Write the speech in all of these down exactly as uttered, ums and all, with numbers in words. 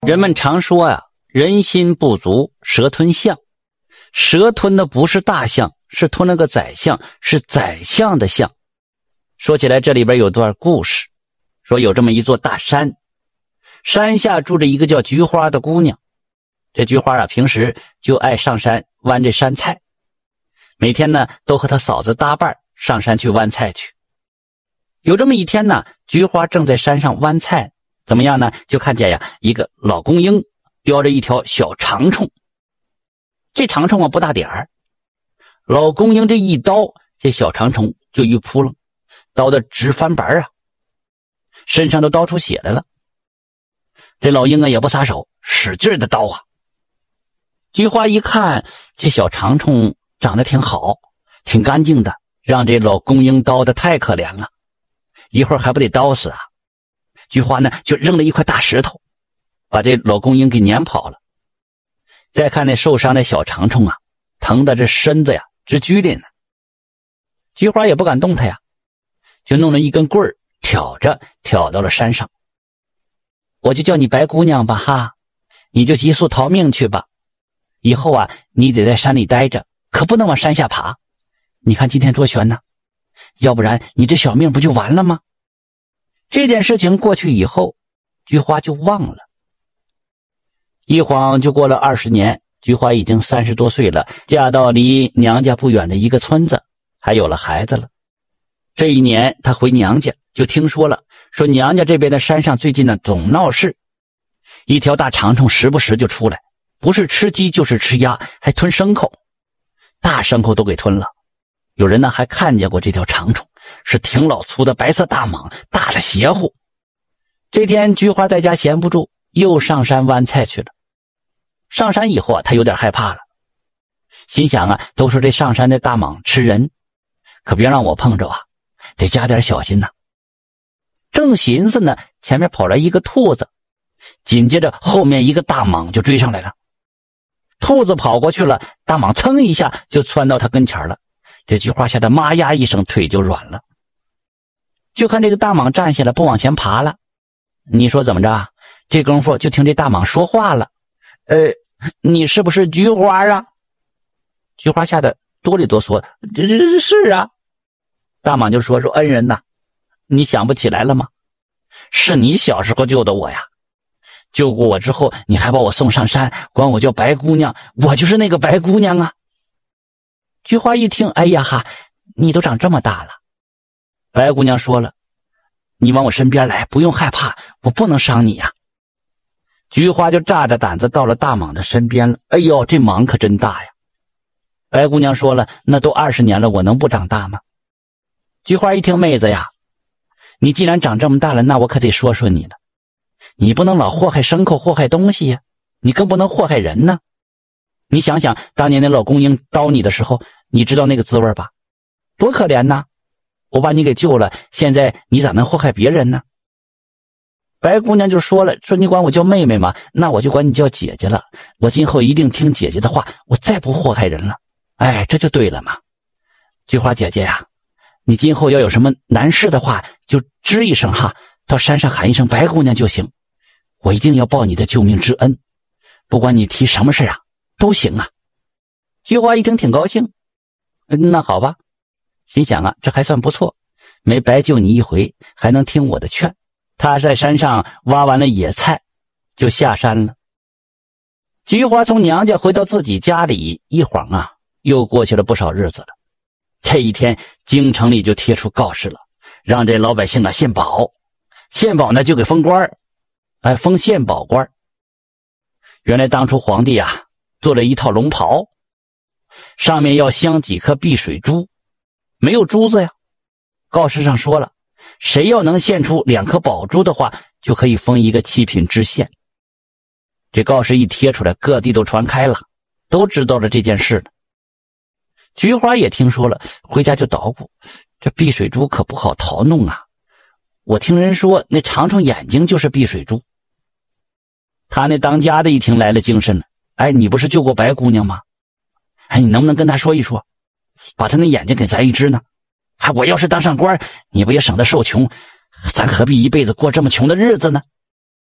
人们常说呀、啊，人心不足蛇吞象。蛇吞的不是大象，是吞了个宰相，是宰相的相。说起来，这里边有段故事，说有这么一座大山，山下住着一个叫菊花的姑娘。这菊花啊，平时就爱上山弯这山菜，每天呢都和她嫂子搭伴上山去弯菜去。有这么一天呢，菊花正在山上弯菜，怎么样呢？就看见呀，一个老公鹰叼着一条小长虫。这长虫啊不大点儿，老公鹰这一刀，这小长虫就一扑棱，刀的直翻白啊，身上都刀出血来了。这老鹰啊也不撒手，使劲的刀啊。菊花一看，这小长虫长得挺好，挺干净的，让这老公鹰刀的太可怜了，一会儿还不得刀死啊。菊花呢就扔了一块大石头，把这老公鹰给撵跑了。再看那受伤的小长虫啊，疼的这身子呀直拘灵呢。菊花也不敢动它呀，就弄了一根棍儿挑着挑到了山上。我就叫你白姑娘吧哈，你就急速逃命去吧。以后啊，你得在山里待着，可不能往山下爬。你看今天多悬呢，要不然你这小命不就完了吗？这件事情过去以后，菊花就忘了。一晃就过了二十年，菊花已经三十多岁了，嫁到离娘家不远的一个村子，还有了孩子了。这一年她回娘家，就听说了，说娘家这边的山上最近呢总闹事，一条大长虫时不时就出来，不是吃鸡就是吃鸭，还吞牲口，大牲口都给吞了。有人呢还看见过这条长虫，是挺老粗的白色大蟒，大的邪乎。这天菊花在家闲不住，又上山弯菜去了。上山以后啊，他有点害怕了，心想啊，都说这上山的大蟒吃人，可别让我碰着啊，得加点小心呐。正寻思呢，前面跑来一个兔子，紧接着后面一个大蟒就追上来了。兔子跑过去了，大蟒噌一下就窜到他跟前了。这菊花吓得妈呀一声，腿就软了。就看这个大蟒站起来不往前爬了，你说怎么着？这功夫就听这大蟒说话了，呃，你是不是菊花啊？菊花吓得哆里哆嗦，这这是啊。大蟒就说说恩人呐，你想不起来了吗？是你小时候救的我呀，救过我之后，你还把我送上山，管我叫白姑娘，我就是那个白姑娘啊。菊花一听，哎呀哈，你都长这么大了。白姑娘说了，你往我身边来，不用害怕，我不能伤你呀。菊花就炸着胆子到了大蟒的身边了。哎呦，这蟒可真大呀。白姑娘说了，那都二十年了，我能不长大吗？菊花一听，妹子呀，你既然长这么大了，那我可得说说你了。你不能老祸害牲口，祸害东西呀，你更不能祸害人呢。你想想当年那老公鹰刀你的时候，你知道那个滋味吧？多可怜呐，我把你给救了，现在你咋能祸害别人呢？白姑娘就说了，说你管我叫妹妹嘛，那我就管你叫姐姐了，我今后一定听姐姐的话，我再不祸害人了。哎，这就对了嘛。菊花姐姐呀，你今后要有什么难事的话，就吱一声哈，到山上喊一声白姑娘就行，我一定要报你的救命之恩，不管你提什么事啊都行啊。菊花一听挺高兴，那好吧，心想啊，这还算不错，没白救你一回，还能听我的劝。他在山上挖完了野菜，就下山了。菊花从娘家回到自己家里，一晃啊，又过去了不少日子了。这一天，京城里就贴出告示了，让这老百姓啊献宝，献宝呢就给封官，哎，封献宝官。原来当初皇帝啊做了一套龙袍，上面要镶几颗碧水珠，没有珠子呀。告示上说了，谁要能献出两颗宝珠的话，就可以封一个七品知县。这告示一贴出来，各地都传开了，都知道了这件事了。菊花也听说了，回家就捣鼓，这碧水珠可不好淘弄啊。我听人说那长虫眼睛就是碧水珠。他那当家的一听来了精神了，哎，你不是救过白姑娘吗？哎，你能不能跟他说一说，把他那眼睛给咱一只呢？还我要是当上官，你不也省得受穷，咱何必一辈子过这么穷的日子呢？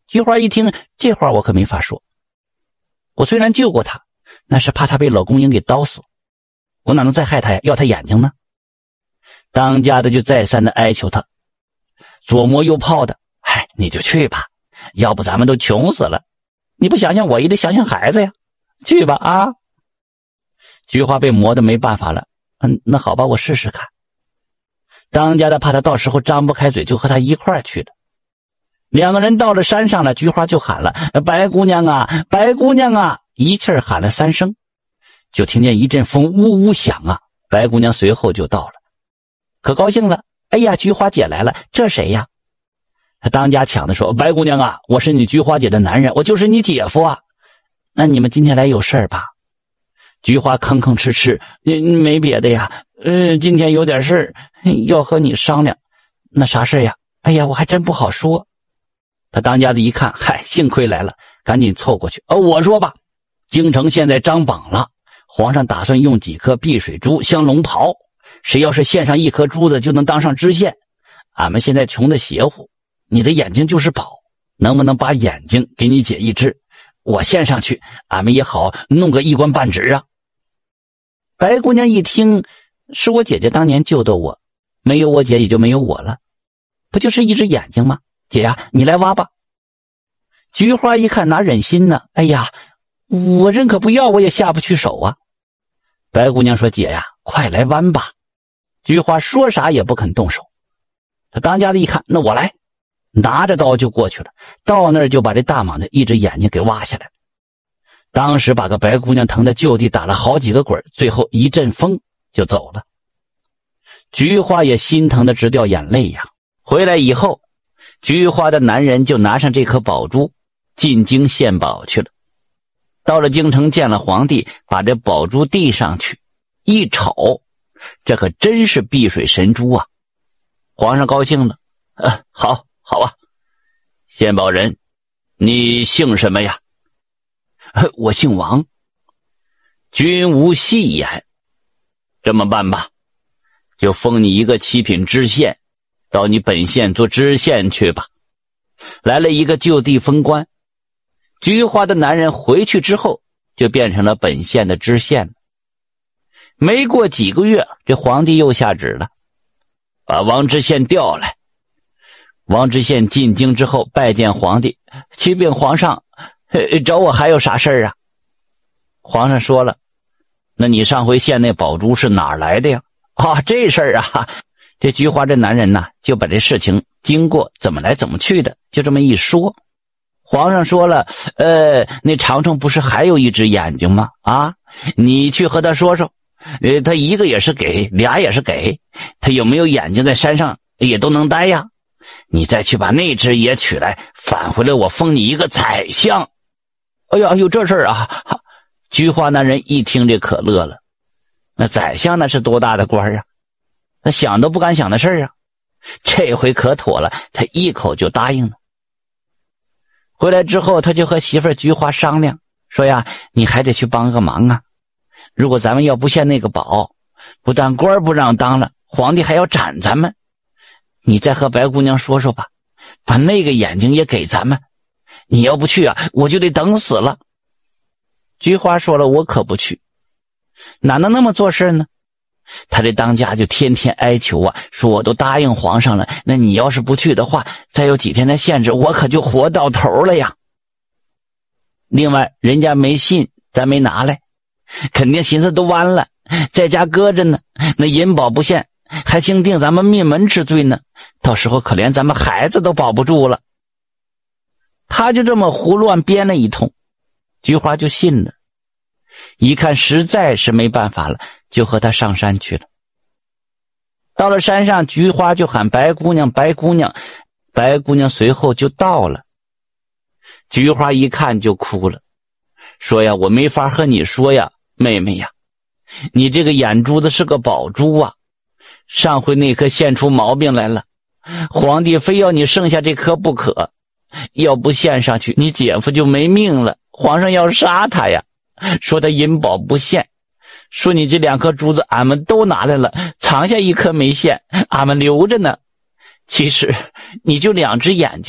菊花一听这话，我可没法说。我虽然救过她，那是怕她被老公鹰给刀死，我哪能再害她呀？要她眼睛呢？当家的就再三的哀求她，左磨右泡的，哎，你就去吧，要不咱们都穷死了。你不想想我，也得想想孩子呀，去吧啊！菊花被磨得没办法了，嗯，那好吧，我试试看。当家的怕他到时候张不开嘴，就和他一块儿去了。两个人到了山上了，菊花就喊了：“白姑娘啊，白姑娘啊！”一气儿喊了三声，就听见一阵风呜呜响啊。白姑娘随后就到了，可高兴了。哎呀，菊花姐来了，这谁呀？他当家抢的说：“白姑娘啊，我是你菊花姐的男人，我就是你姐夫啊。那你们今天来有事儿吧？”菊花吭吭哧哧：“没别的呀，呃，今天有点事儿要和你商量。那啥事儿呀？哎呀，我还真不好说。”他当家的一看，嗨，幸亏来了，赶紧凑过去。哦，我说吧，京城现在张榜了，皇上打算用几颗碧水珠镶龙袍，谁要是献上一颗珠子，就能当上知县。俺们现在穷的邪乎，你的眼睛就是宝，能不能把眼睛给你姐一只？我献上去，俺们也好弄个一官半职啊。白姑娘一听，是我姐姐当年救的我，没有我姐也就没有我了，不就是一只眼睛吗？姐呀，你来挖吧。菊花一看哪忍心呢，哎呀，我认可不要，我也下不去手啊。白姑娘说：“姐呀，快来剜吧。”菊花说啥也不肯动手。他当家的一看，那我来，拿着刀就过去了，到那儿就把这大蟒的一只眼睛给挖下来了。当时把个白姑娘疼得就地打了好几个滚，最后一阵风就走了。菊花也心疼得直掉眼泪呀。回来以后，菊花的男人就拿上这颗宝珠进京献宝去了。到了京城见了皇帝，把这宝珠递上去，一瞅，这可真是碧水神珠啊！皇上高兴了，啊，好好啊，献宝人，你姓什么呀？我姓王。君无戏言，这么办吧，就封你一个七品知县，到你本县做知县去吧。来了一个就地封官。菊花的男人回去之后就变成了本县的知县了。没过几个月，这皇帝又下旨了，把王知县调来。王知县进京之后拜见皇帝，启禀皇上，找我还有啥事儿啊？皇上说了，那你上回献那宝珠是哪儿来的呀？啊，这事儿啊，这菊花这男人呐，就把这事情经过怎么来怎么去的就这么一说。皇上说了，呃，那长城不是还有一只眼睛吗？啊，你去和他说说，呃，他一个也是给，俩也是给，他有没有眼睛在山上也都能待呀。你再去把那只也取来，返回来我封你一个宰相。哎呀，有这事儿啊！菊花男人一听这可乐了，那宰相那是多大的官啊，他想都不敢想的事儿啊。这回可妥了，他一口就答应了。回来之后，他就和媳妇儿菊花商量，说呀，你还得去帮个忙啊。如果咱们要不献那个宝，不但官不让当了，皇帝还要斩咱们。你再和白姑娘说说吧，把那个眼睛也给咱们。你要不去啊，我就得等死了。菊花说了，我可不去，哪能那么做事呢？他这当家就天天哀求啊，说我都答应皇上了，那你要是不去的话，再有几天的限制，我可就活到头了呀。另外人家没信，咱没拿来，肯定寻思都完了，在家搁着呢，那银宝不献，还兴定咱们灭门之罪呢，到时候可连咱们孩子都保不住了。他就这么胡乱编了一通，菊花就信了，一看实在是没办法了，就和他上山去了。到了山上，菊花就喊白姑娘，白姑娘，白姑娘随后就到了。菊花一看就哭了，说呀，我没法和你说呀，妹妹呀，你这个眼珠子是个宝珠啊，上回那颗现出毛病来了，皇帝非要你剩下这颗不可，要不献上去，你姐夫就没命了，皇上要杀他呀，说他银宝不献，说你这两颗珠子俺们都拿来了，藏下一颗没献，俺们留着呢。其实你就两只眼睛，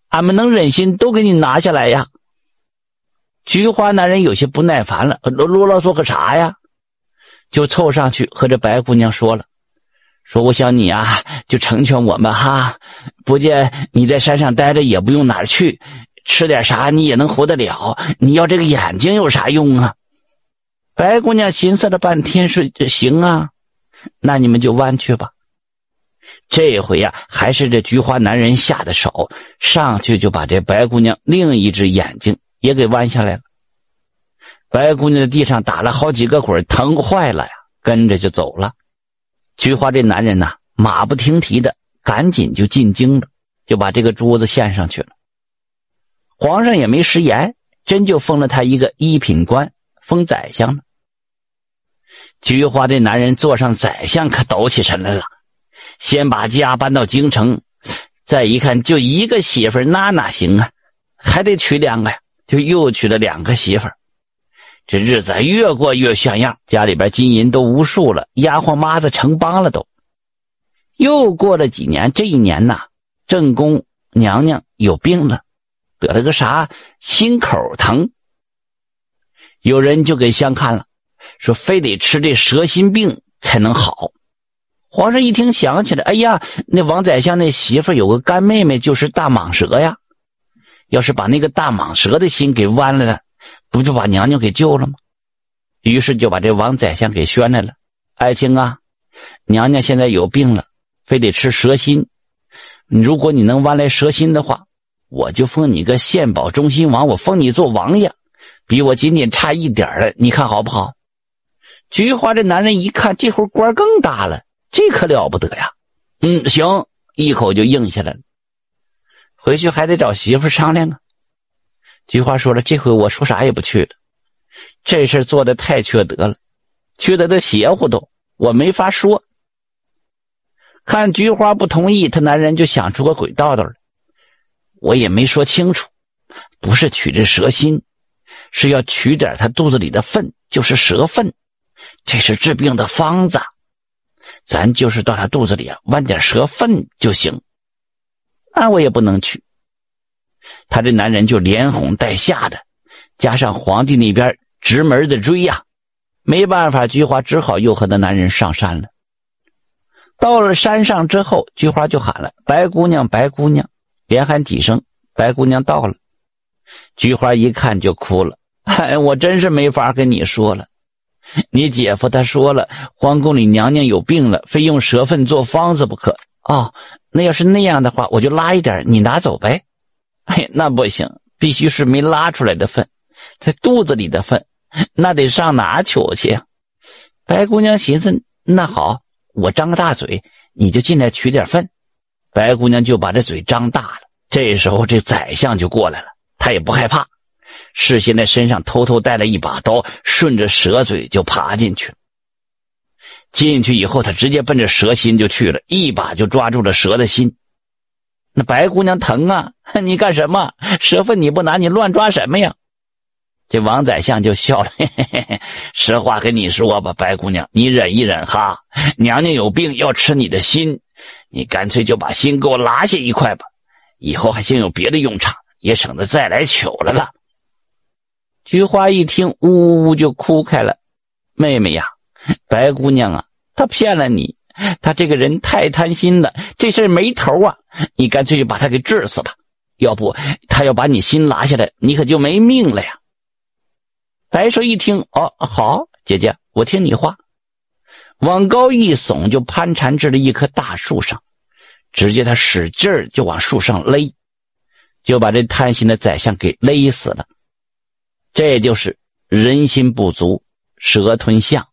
俺们能忍心都给你拿下来呀。菊花男人有些不耐烦了，啰啰嗦个啥呀？就凑上去和这白姑娘说了，说我想你啊，就成全我们哈，不见你在山上待着也不用哪儿去，吃点啥你也能活得了，你要这个眼睛有啥用啊？白姑娘寻思了半天说，行啊，那你们就弯去吧。这回呀、啊，还是这菊花男人下的手，上去就把这白姑娘另一只眼睛也给弯下来了。白姑娘在地上打了好几个滚，疼坏了呀，跟着就走了。菊花这男人呐、啊，马不停蹄的，赶紧就进京了，就把这个珠子献上去了。皇上也没食言，真就封了他一个一品官，封宰相了。菊花这男人坐上宰相可抖起神来了，先把家搬到京城，再一看就一个媳妇儿那哪行啊，还得娶两个呀，就又娶了两个媳妇儿。这日子越过越像样，家里边金银都无数了，丫鬟妈子成帮了都。又过了几年，这一年呐，正宫娘娘有病了，得了个啥心口疼。有人就给相看了，说非得吃这蛇心病才能好。皇上一听想起来，哎呀，那王宰相那媳妇有个干妹妹就是大蟒蛇呀，要是把那个大蟒蛇的心给剜了呢，不就把娘娘给救了吗？于是就把这王宰相给宣来了，爱卿啊，娘娘现在有病了，非得吃蛇心，如果你能剜来蛇心的话，我就封你个献宝中心王，我封你做王爷，比我仅仅差一点了，你看好不好？菊花这男人一看，这会儿官更大了，这可了不得呀。嗯，行，一口就应下来了。回去还得找媳妇商量啊。菊花说了，这回我说啥也不去了，这事做得太缺德了，缺德的邪乎都，我没法说。看菊花不同意，他男人就想出个鬼道道来，我也没说清楚，不是取这蛇心，是要取点他肚子里的粪，就是蛇粪，这是治病的方子，咱就是到他肚子里啊剜点蛇粪就行，那我也不能取。他这男人就连哄带吓的，加上皇帝那边直门的追呀、啊，没办法，菊花只好又和那男人上山了。到了山上之后，菊花就喊了，白姑娘白姑娘，连喊几声，白姑娘到了。菊花一看就哭了，哎，我真是没法跟你说了，你姐夫他说了，皇宫里娘娘有病了，非用蛇粪做方子不可。哦，那要是那样的话，我就拉一点，你拿走呗。哎，那不行，必须是没拉出来的粪，在肚子里的粪，那得上哪求去呀？白姑娘寻思，那好，我张个大嘴，你就进来取点粪。白姑娘就把这嘴张大了。这时候这宰相就过来了，他也不害怕，事先在身上偷偷带了一把刀，顺着蛇嘴就爬进去了。进去以后，他直接奔着蛇心就去了，一把就抓住了蛇的心。那白姑娘疼啊，你干什么？蛇粪你不拿，你乱抓什么呀？这王宰相就笑了，嘿嘿嘿，实话跟你说吧，白姑娘，你忍一忍哈，娘娘有病要吃你的心，你干脆就把心给我拿下一块吧，以后还兴有别的用场，也省得再来求来了。菊花一听，呜呜呜就哭开了。妹妹呀，白姑娘啊，她骗了你，她这个人太贪心了，这事没头啊，你干脆就把她给治死吧，要不她要把你心拿下来，你可就没命了呀。白蛇一听，哦，好，姐姐，我听你话，往高一耸，就攀缠至了一棵大树上，直接他使劲儿就往树上勒，就把这贪心的宰相给勒死了。这就是人心不足，蛇吞象。